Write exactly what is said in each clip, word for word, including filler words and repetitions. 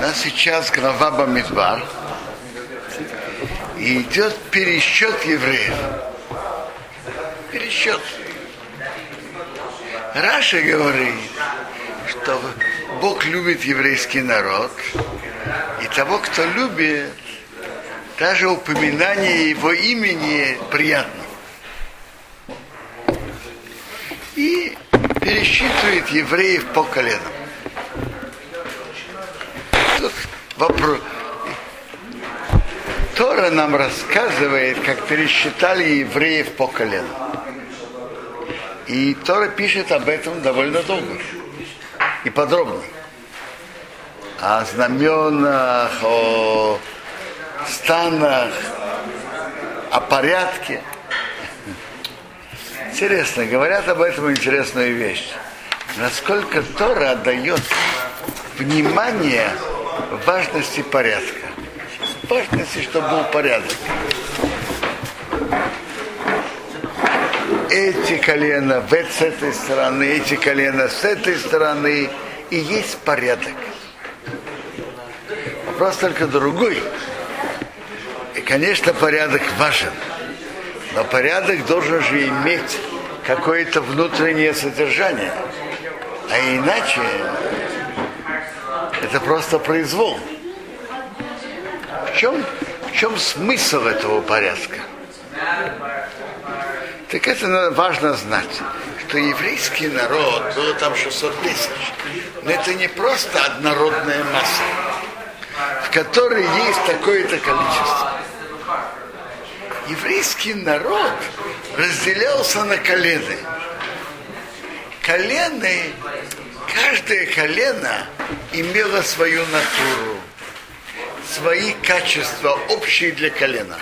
нас сейчас глава Бамидбар, и идет пересчет евреев. Пересчет. Раша говорит, что Бог любит еврейский народ, и того, кто любит, даже упоминание его имени приятно. И пересчитывает евреев по коленам. Тут вопрос. Тора нам рассказывает, как пересчитали евреев по коленам. И Тора пишет об этом довольно долго и подробно. О знаменах, о станах, о порядке. Интересно, говорят об этом интересную вещь. Насколько Тора отдает внимание важности порядка. Важности, чтобы был порядок. Эти колена с этой стороны, эти колена с этой стороны, и есть порядок. Вопрос только другой. И, конечно, порядок важен. Но порядок должен же иметь какое-то внутреннее содержание. А иначе это просто произвол. В чем, в чем смысл этого порядка? Так это важно знать, что еврейский народ, было там шестьсот тысяч, но это не просто однородная масса, в которой есть такое-то количество. Еврейский народ разделялся на колены. Колены, каждое колено имело свою натуру, свои качества, общие для колена.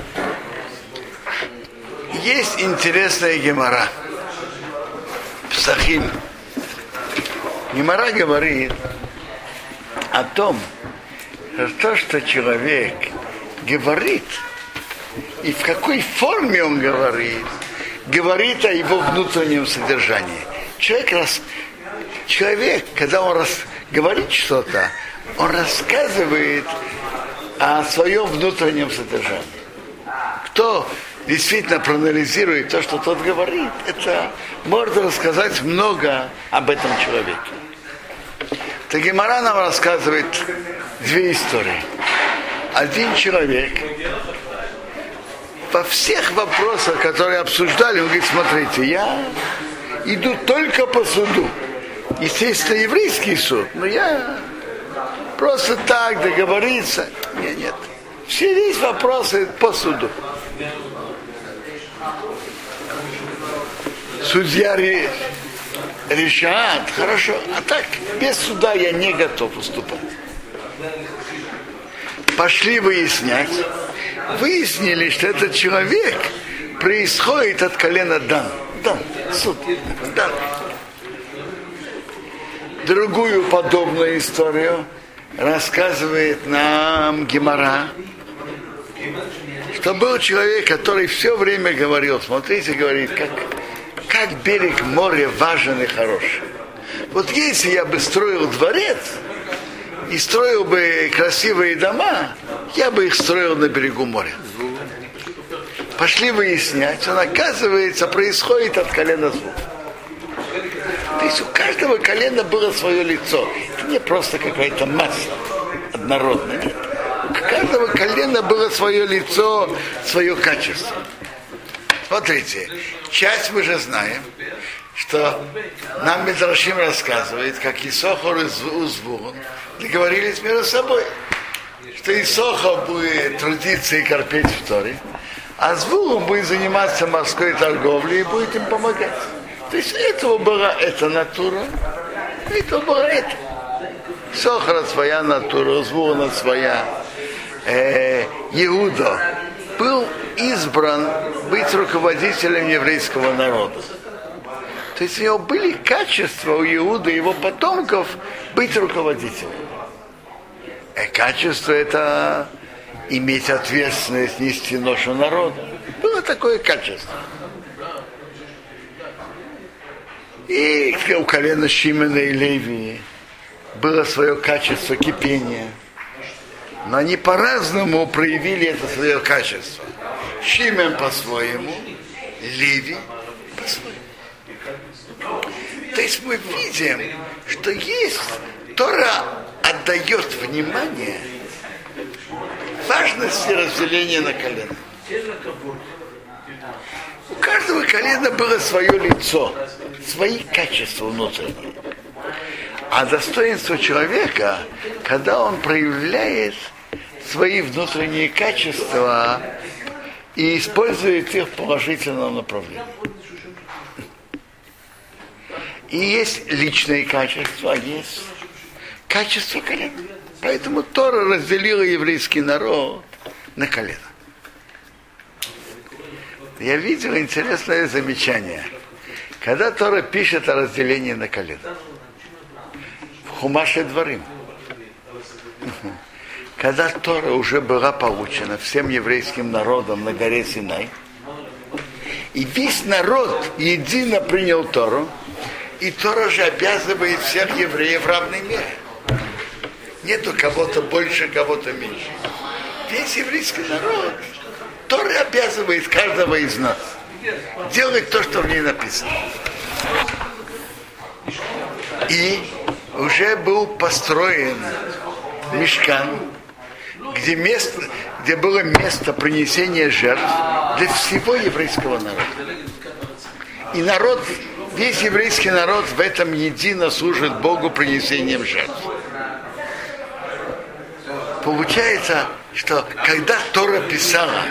Есть интересная гемара. Псахим. Гемара говорит о том, что то, что человек говорит, и в какой форме он говорит, говорит о его внутреннем содержании. Человек, рас... человек когда он рас... говорит что-то, он рассказывает о своем внутреннем содержании. Кто действительно проанализирует то, что тот говорит, это может рассказать много об этом человеке. Так Гемара нам рассказывает две истории. Один человек во всех вопросах, которые обсуждали, он говорит: смотрите, я иду только по суду. Естественно, еврейский суд, но я просто так договориться. Нет, нет. Все весь вопросы по суду. Судья решает, хорошо, а так, без суда я не готов уступать. Пошли выяснять. Выяснили, что этот человек происходит от колена Дан. Дан, суд, Дан. Другую подобную историю рассказывает нам Гемара, что был человек, который все время говорил, смотрите, говорит, как, как берег моря важен и хорош. Вот если я бы строил дворец и строил бы красивые дома, я бы их строил на берегу моря. Пошли выяснять, он, оказывается, происходит от колена звук. То есть у каждого колена было свое лицо. Это не просто какая-то масса однородная. Нет. У каждого колена было свое лицо, свое качество. Смотрите, часть мы же знаем, что нам Мидрашим рассказывает, как Исохор и Звулун договорились между собой, что Исохор будет трудиться и корпеть в Торе, а Звулун будет заниматься морской торговлей и будет им помогать. То есть этого была эта натура, этого была эта. Исохора своя натура, Звулуна своя. Э, Иуда был избран быть руководителем еврейского народа. То есть у него были качества у Иуды и его потомков быть руководителем. И качество это иметь ответственность, нести ношу народа. Было такое качество. И у колена Шимона и Леви было свое качество кипения. Но они по-разному проявили это свое качество. Шимон по-своему, Леви по-своему. То есть мы видим, что есть Тора отдает внимание важности разделения на колено. У каждого колена было свое лицо, свои качества внутренние. А достоинство человека, когда он проявляет свои внутренние качества и использует их в положительном направлении. И есть личные качества, а есть качество колена. Поэтому Тора разделила еврейский народ на колено. Я видел интересное замечание. Когда Тора пишет о разделении на колено. В Хумаше Дворим. Когда Тора уже была получена всем еврейским народом на горе Синай, и весь народ едино принял Тору, и Тора же обязывает всех евреев в равной мере. Нету кого-то больше, кого-то меньше. Весь еврейский народ Тора обязывает каждого из нас делать то, что в ней написано. И уже был построен мишкан, где, место, где было место принесения жертв для всего еврейского народа. И народ, весь еврейский народ в этом едино служит Богу принесением жертв. Получается, что когда Тора писала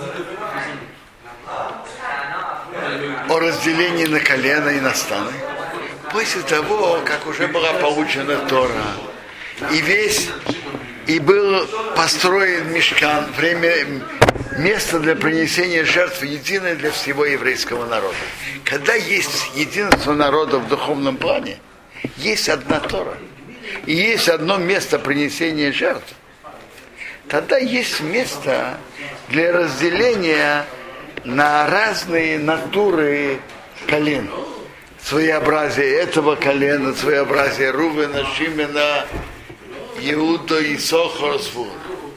о разделении на колено и на станы, после того, как уже была получена Тора, и весь, и был построен мишкан, время, место для принесения жертв единое для всего еврейского народа. Когда есть единство народа в духовном плане, есть одна Тора, и есть одно место принесения жертв, тогда есть место для разделения на разные натуры колен. Своеобразие этого колена, своеобразие Рувена, Шимена, Иуда и Исахара, Звулун.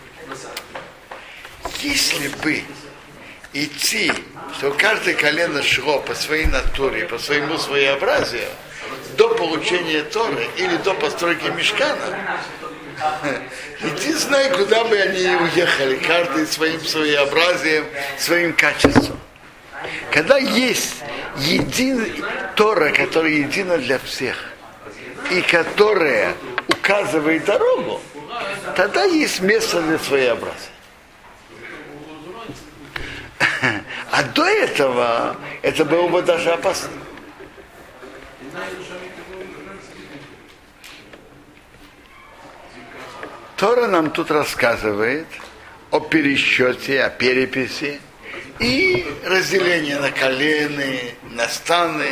Если бы идти, что каждое колено шло по своей натуре, по своему своеобразию, до получения Торы или до постройки мишкана, иди знай, куда бы они уехали, каждый своим своеобразием, своим качеством. Когда есть един, Тора, которая едина для всех, и которая указывает дорогу, тогда есть место для своеобразия. А до этого это было бы даже опасно. Тора нам тут рассказывает о пересчете, о переписи и разделении на колены, на станы.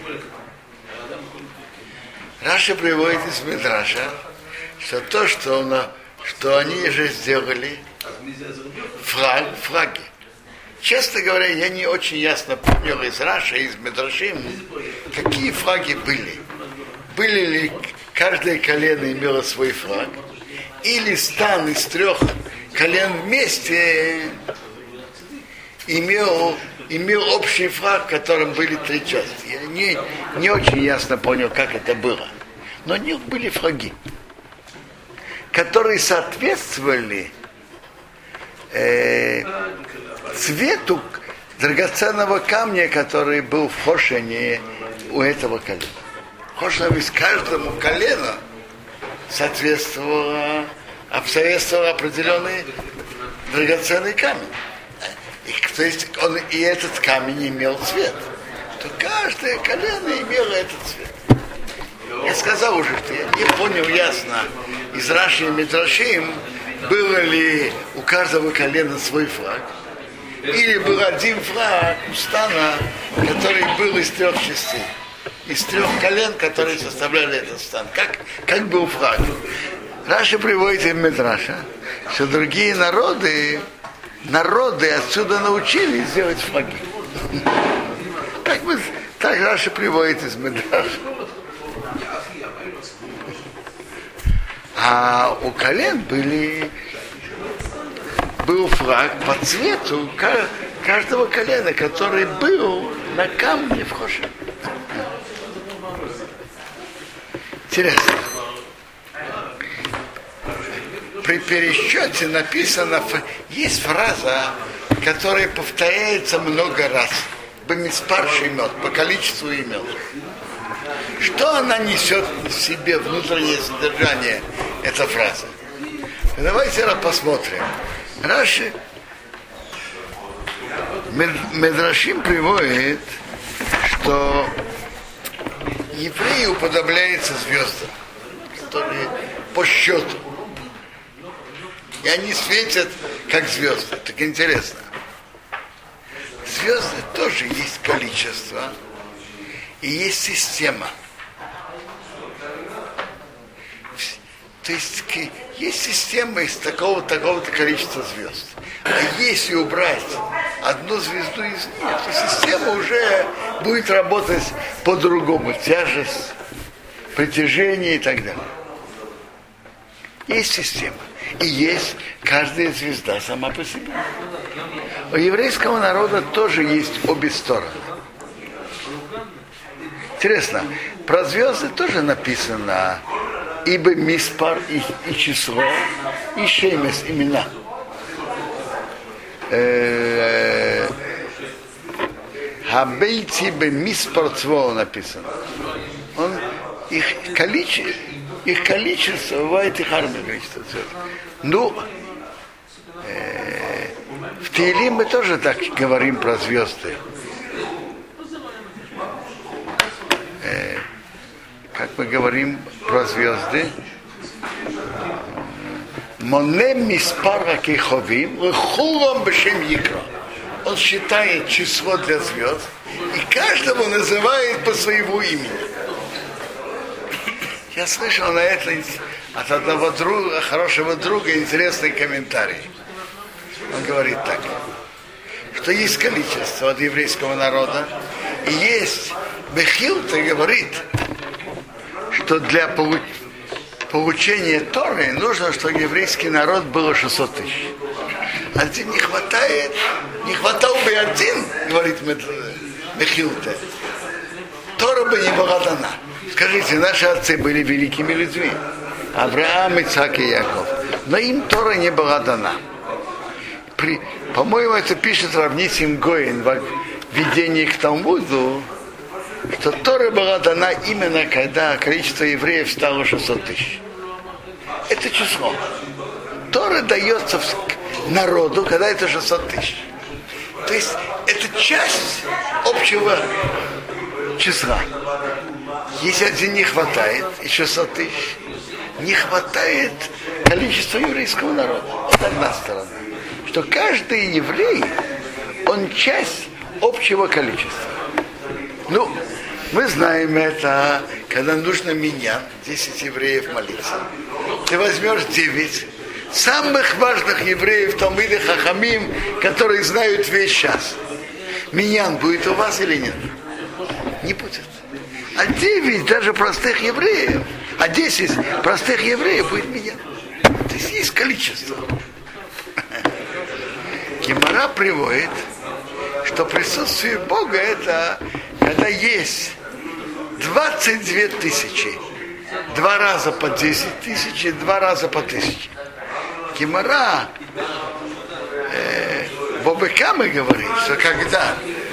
Раша приводит из Мидраша, что то, что, он, что они же сделали, флаг, флаги. Честно говоря, я не очень ясно понял из Раша, из Мидрашим, какие флаги были. Были ли каждое колено имело свой флаг, или стан из трех колен вместе имел, имел общий флаг, в котором были три части. Я не, не очень ясно понял, как это было. Но у них были флаги, которые соответствовали э, цвету драгоценного камня, который был в хошине у этого колена. Хошин из каждому колену соответствовало, соответствовал определенный драгоценный камень. И, то есть он и этот камень имел цвет. То каждое колено имело этот цвет. Я сказал уже, что я не понял ясно из Раши и Мидрашим, было ли у каждого колена свой флаг, или был один флаг у стана, который был из трех частей, из трех колен, которые составляли этот стан. Как, как был флаг? Раша приводит в Мидраша, что другие народы, народы отсюда научились делать флаги. Так, мы, так Раша приводит из Мидраша. А у колен были, был флаг по цвету каждого колена, который был на камне в Хошем. Интересно. При пересчете написано, есть фраза, которая повторяется много раз. Бемиспар шемот, по количеству имен. Что она несет в себе внутреннее содержание, эта фраза? Давайте посмотрим. Раши Медрашим приводит, что евреи уподобляются звездам, которые по счету. И они светят, как звезды. Так интересно. Звезды тоже есть количество и есть система. То есть есть система из такого-то такого-то количества звезд. А если убрать одну звезду из них, то система уже будет работать по-другому. Тяжесть, притяжение и так далее. Есть система. И есть каждая звезда сама по себе. У еврейского народа тоже есть обе стороны. Интересно, про звезды тоже написано ибо миспар и, и число, и шемес имена. Хабейти бе миспар цво написано. Он, их количество, их количество бывает их армия количество. Ну, э, в Теилим мы тоже так говорим про звезды. Э, как мы говорим про звезды? Монем миспара кейховим, лехулам бешем йикра. Он считает число для звезд и каждого называет по своему имени. Я слышал на это от одного друга, хорошего друга, интересный комментарий. Он говорит так, что есть количество от еврейского народа, и есть Бехилта говорит, что для получения Торы нужно, чтобы еврейский народ было шестьсот тысяч. Один не хватает, не хватал бы один, говорит Бехилта, Тора бы не была дана. Скажите, наши отцы были великими людьми. Авраам, Ицхак и Яков. Но им Тора не была дана. При, по-моему, это пишет Равнисим Гоин в введении к Талмуду, что Тора была дана именно когда количество евреев стало шестьсот тысяч. Это число. Тора дается народу, когда это шестьсот тысяч. То есть это часть общего числа. Если один не хватает, и шестьсот тысяч, не хватает количества еврейского народа. Это одна сторона. Что каждый еврей, он часть общего количества. Ну, мы знаем это, когда нужно меня, десять евреев молиться. Ты возьмешь девять самых важных евреев, Талмидей Хахамим, которые знают весь час. Миньян будет у вас или нет? Не будет. А девять даже простых евреев, а десять простых евреев будет миньян. То есть есть количество. Гемара приводит, что присутствие Бога это когда есть двадцать две тысячи. Два раза по десять тысяч и два раза по тысяче. Гемара э, Бобекамы говорит, что когда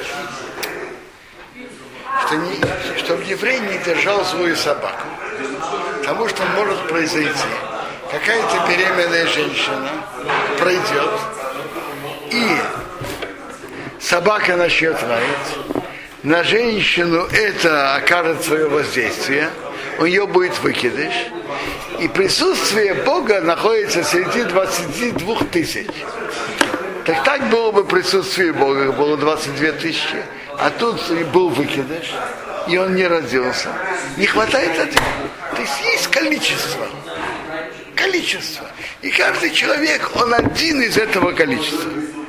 что не, чтобы еврей не держал злую собаку, потому что может произойти. Какая-то беременная женщина пройдет, и собака начнет лаять. На женщину это окажет свое воздействие, у нее будет выкидыш, и присутствие Бога находится среди двадцати двух тысяч. Так так было бы присутствие Бога, было двадцать две тысячи, а тут был выкидыш, и он не родился. Не хватает один. То есть есть количество. Количество. И каждый человек, он один из этого количества.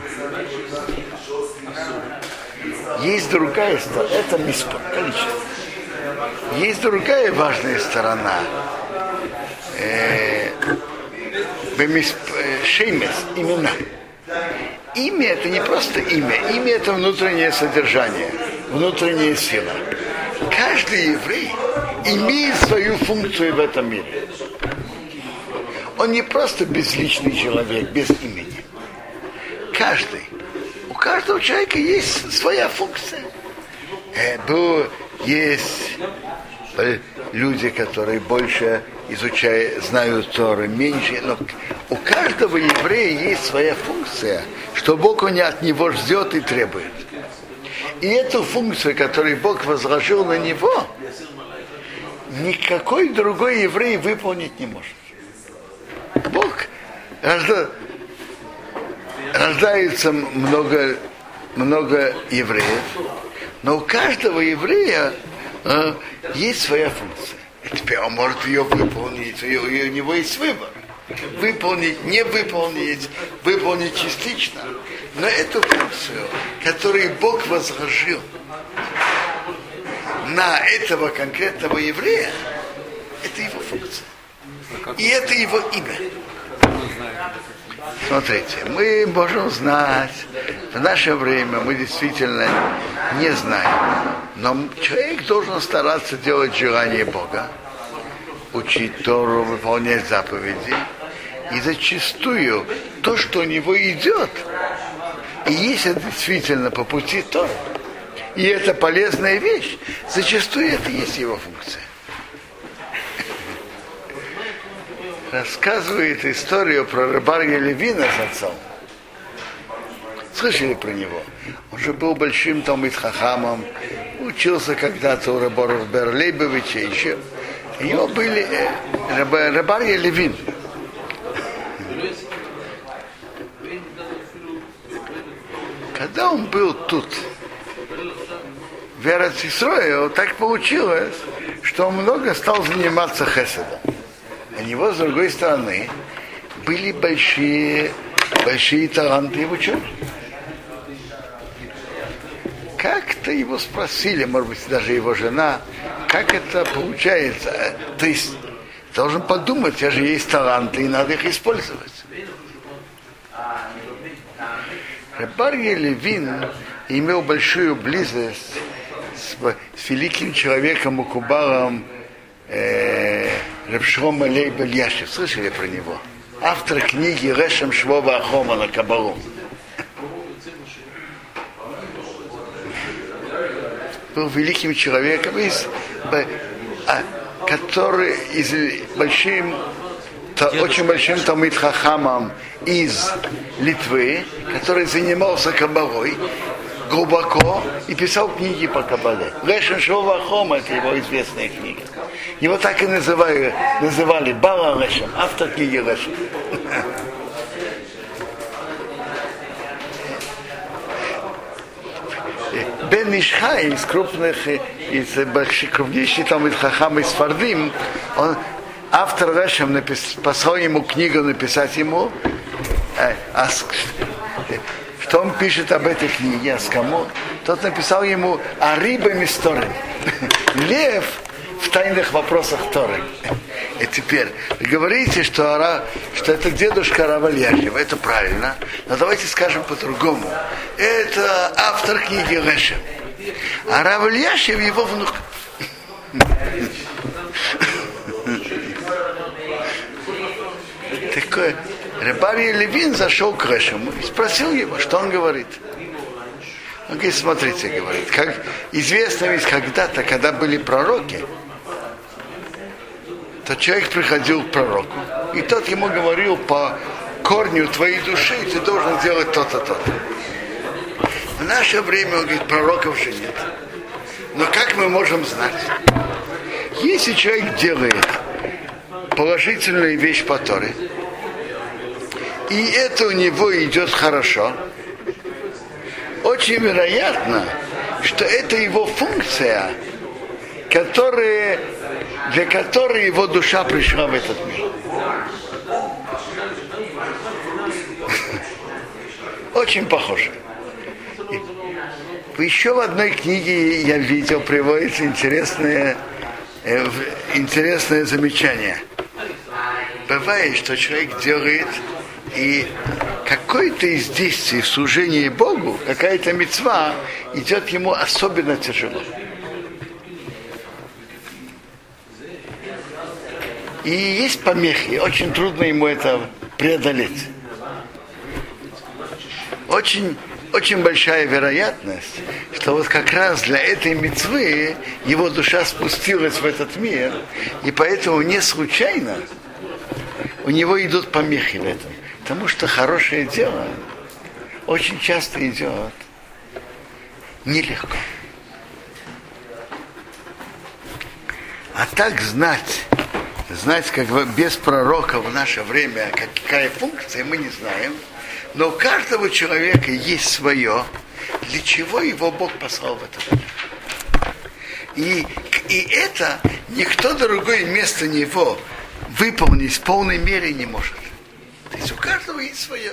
Есть другая сторона, это миспор, количество. Есть другая важная сторона. Э, Шеймес, имена. Имя это не просто имя, имя это внутреннее содержание, внутренняя сила. Каждый еврей имеет свою функцию в этом мире. Он не просто безличный человек, без имени. Каждый. У каждого человека есть своя функция. Есть люди, которые больше изучают, знают Тору, меньше, но у каждого еврея есть своя функция, что Бог от него ждет и требует. И эту функцию, которую Бог возложил на него, никакой другой еврей выполнить не может. Бог рожда... рождается много, много евреев, но у каждого еврея э, есть своя функция. И теперь он может ее выполнить, и у него есть выбор. Выполнить, не выполнить, выполнить частично. Но эту функцию, которую Бог возложил на этого конкретного еврея, это его функция. И это его имя. Смотрите, мы можем знать, в наше время мы действительно не знаем, но человек должен стараться делать желание Бога, учить Тору, выполнять заповеди, и зачастую то, что у него идет, и если действительно по пути Торы, и это полезная вещь, зачастую это и есть его функция. Рассказывает историю про Рабарья Левина с отцом. Слышали про него? Он же был большим Талмид Хахамом, учился когда-то у Рабора Берлейбовича еще. У него были э, Рабарья Левин. Когда он был тут, в Эрец-Исроэль, так получилось, что он много стал заниматься хеседом. У него, с другой стороны, были большие, большие таланты в учебе. Как-то его спросили, может быть, даже его жена, как это получается. То есть, должен подумать, у тебя же есть таланты, и надо их использовать. Рабарья Левин имел большую близость с, с великим человеком Мукубаром э, Рав Шломо Лейб Ильяшев. Слышали про него? Автор книги Решем Швова Ахома на Кабалу. Был великим человеком, из, который из большим, то, очень большим Талмид Хахамом из Литвы, который занимался кабалой глубоко и писал книги по кабале. Решем Швова Ахома — это его известная книга. Его так и называли, называли Бала Решем, автор книги Решем. Бен Ишхай из крупных, из больших, крупнейших Талмид Хахам из Фардим, он, автор Решем, напис, послал ему книгу написать ему, э, а, что он пишет об этой книге, а с кому? Тот написал ему Ариба Мисторы. Лев в тайных вопросах Торы. И теперь вы говорите, что, Ара, что это дедушка Рава Ильяшева. Это правильно. Но давайте скажем по-другому. Это автор книги Решем. А Рав Ильяшев его внук. Такое. Рабарья Левин зашел к Решему и спросил его, что он говорит. Он говорит, смотрите, говорит, как известно ведь когда-то, когда были пророки, то человек приходил к пророку, и тот ему говорил по корню твоей души, ты должен делать то-то, то-то. В наше время, он говорит, пророков же нет. Но как мы можем знать? Если человек делает положительную вещь по Торе, и это у него идет хорошо, очень вероятно, что это его функция, которая, для которой его душа пришла в этот мир. Очень похоже. Еще в одной книге я видел, приводится интересное, интересное замечание. бывает, что человек делает и какое-то из действий в служении Богу, какая-то мицва, идет ему особенно тяжело. И есть помехи, очень трудно ему это преодолеть. Очень, очень большая вероятность, что вот как раз для этой мицвы его душа спустилась в этот мир, и поэтому не случайно у него идут помехи в этом. Потому что хорошее дело очень часто идет нелегко. А так знать, знать, как бы без пророка в наше время, какая функция, мы не знаем. Но у каждого человека есть свое, для чего его Бог послал в это мир. И, и это никто другой вместо него выполнить в полной мере не может. То есть у каждого есть свое.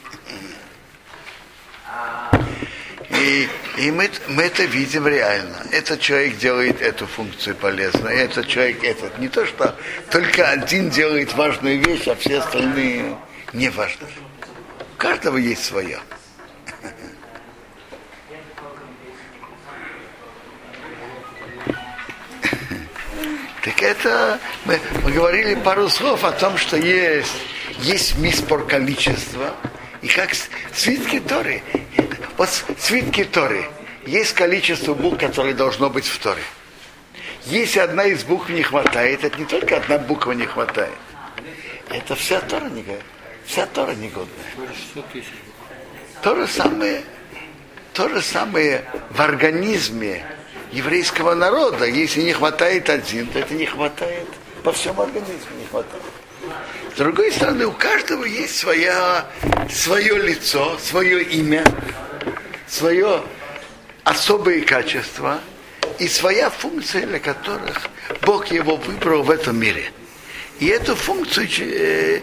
И, и мы, мы это видим реально. Этот человек делает эту функцию полезной, этот человек этот. Не то, что только один делает важную вещь, а все остальные не важны. У каждого есть свое. Так это, мы, мы говорили пару слов о том, что есть, есть миспор количества, и как свитки Торы. Вот свитки Торы, есть количество букв, которые должно быть в Торе. Если одна из букв не хватает, это не только одна буква не хватает. Это вся Тора негодная. Вся Тора негодная. То же самое, то же самое в организме еврейского народа. Если не хватает один, то это не хватает по всему организму, не хватает. С другой стороны, у каждого есть своя, свое лицо, свое имя, свое особые качества и своя функция, для которых Бог его выбрал в этом мире. И эту функцию э,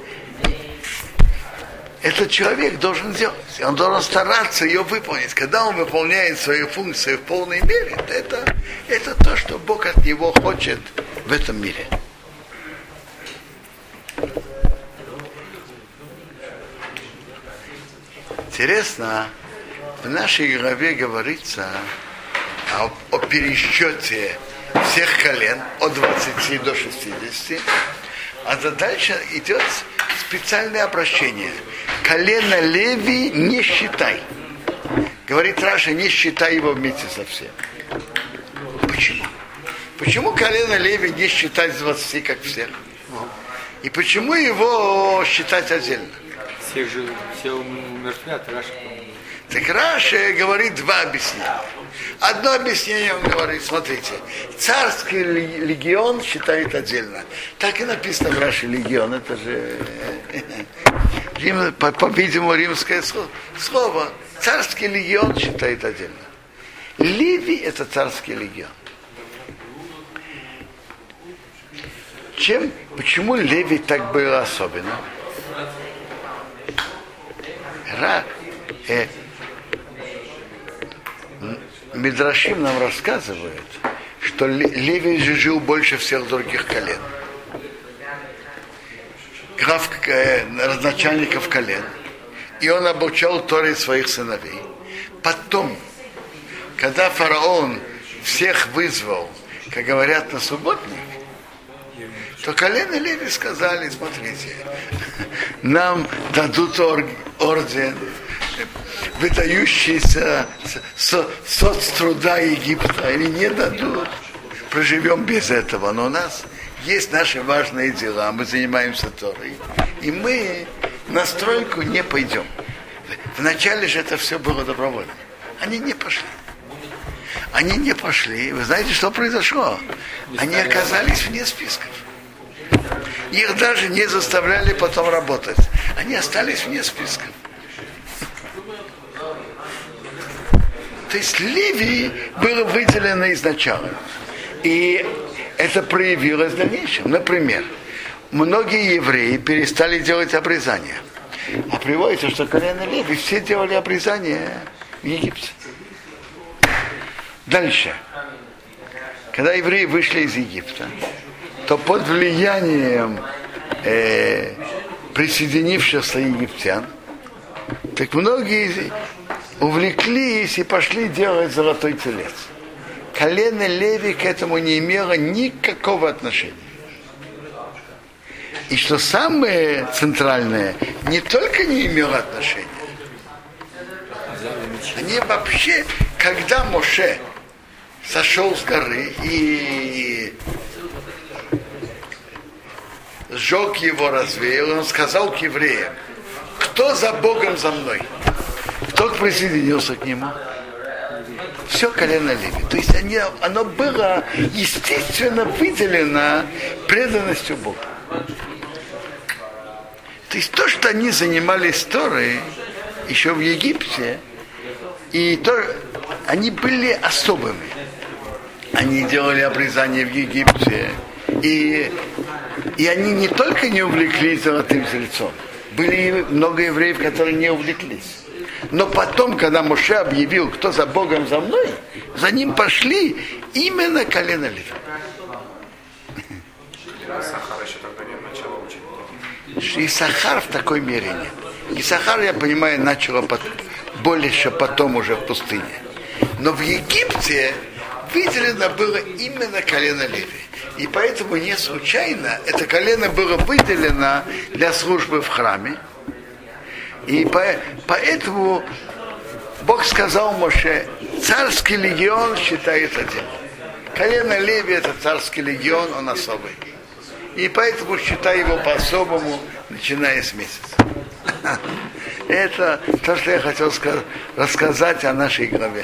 этот человек должен делать. Он должен стараться ее выполнить. Когда он выполняет свою функцию в полной мере, это, это то, что Бог от него хочет в этом мире. Интересно, в нашей главе говорится о, о пересчете всех колен от двадцати до шестидесяти, а дальше идет специальное обращение. Колено Леви не считай. Говорит Раша, не считай его вместе со всем. Почему? Почему колено Леви не считать с двадцати, как всех? И почему его считать отдельно? Всех же, все умертвят, Раша. Так Раша говорит два объяснения. Одно объяснение он говорит, смотрите, царский легион считает отдельно. Так и написано в Раше легион, это же, Рим, по-видимому, римское слово. Царский легион считает отдельно. Леви это царский легион. Чем, почему Леви так было особенно? Ра, э, Мидрашим нам рассказывает, что Леви же жил больше всех других колен. Граф э, начальников колен. И он обучал Торе своих сыновей. Потом, когда фараон всех вызвал, как говорят, на субботник, то колено Леви сказали, смотрите, нам дадут орден, выдающийся соцтруда Египта, или не дадут, проживем без этого. Но у нас есть наши важные дела, мы занимаемся Торой, и мы на стройку не пойдем. Вначале же это все было добровольно. Они не пошли. Они не пошли. Вы знаете, что произошло? Они оказались вне списков. Их даже не заставляли потом работать. Они остались вне списков. То есть Леви было выделено изначально. И это проявилось в дальнейшем. Например, многие евреи перестали делать обрезание. А приводится, что колено Леви все делали обрезание в Египте. Дальше. Когда евреи вышли из Египта, то под влиянием э, присоединившихся египтян, так многие увлеклись и пошли делать золотой телец. Колено Леви к этому не имело никакого отношения. И что самое центральное, не только не имело отношения, они вообще, когда Моше сошел с горы и сжег его, развеял, он сказал к евреям: кто за Богом за мной? Кто присоединился к нему? Все колено Леви. То есть они, оно было естественно выделено преданностью Богу. То есть то, что они занимались Торой еще в Египте, и то, они были особыми. Они делали обрезание в Египте, и, и они не только не увлеклись золотым тельцом, были много евреев, которые не увлеклись. Но потом, когда Моше объявил, кто за Богом за мной, за ним пошли именно колено Леви. Сахар еще тогда не начал учить. И Сахар в такой мере нет. И Сахар, я понимаю, начало под, больше потом уже в пустыне. Но в Египте выделено было именно колено Леви. И поэтому не случайно это колено было выделено для службы в храме. И по, поэтому Бог сказал Моше: царский легион считается один. Колено Леви — это царский легион, он особый. И поэтому считай его по-особому, начиная с месяца. Это то, что я хотел сказать, рассказать о нашей главе.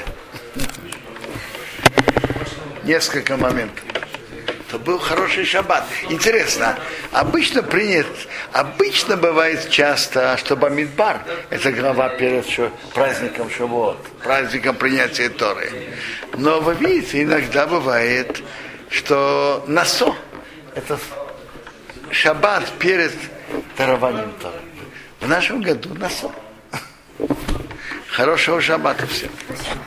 Несколько моментов. Это был хороший шаббат. Интересно, обычно принят, обычно бывает часто, что Бамидбар, это глава перед праздником Шавуот, праздником принятия Торы. Но вы видите, иногда бывает, что Насо, это шаббат перед дарованием Торы. В нашем году Насо. Хорошего шаббата всем.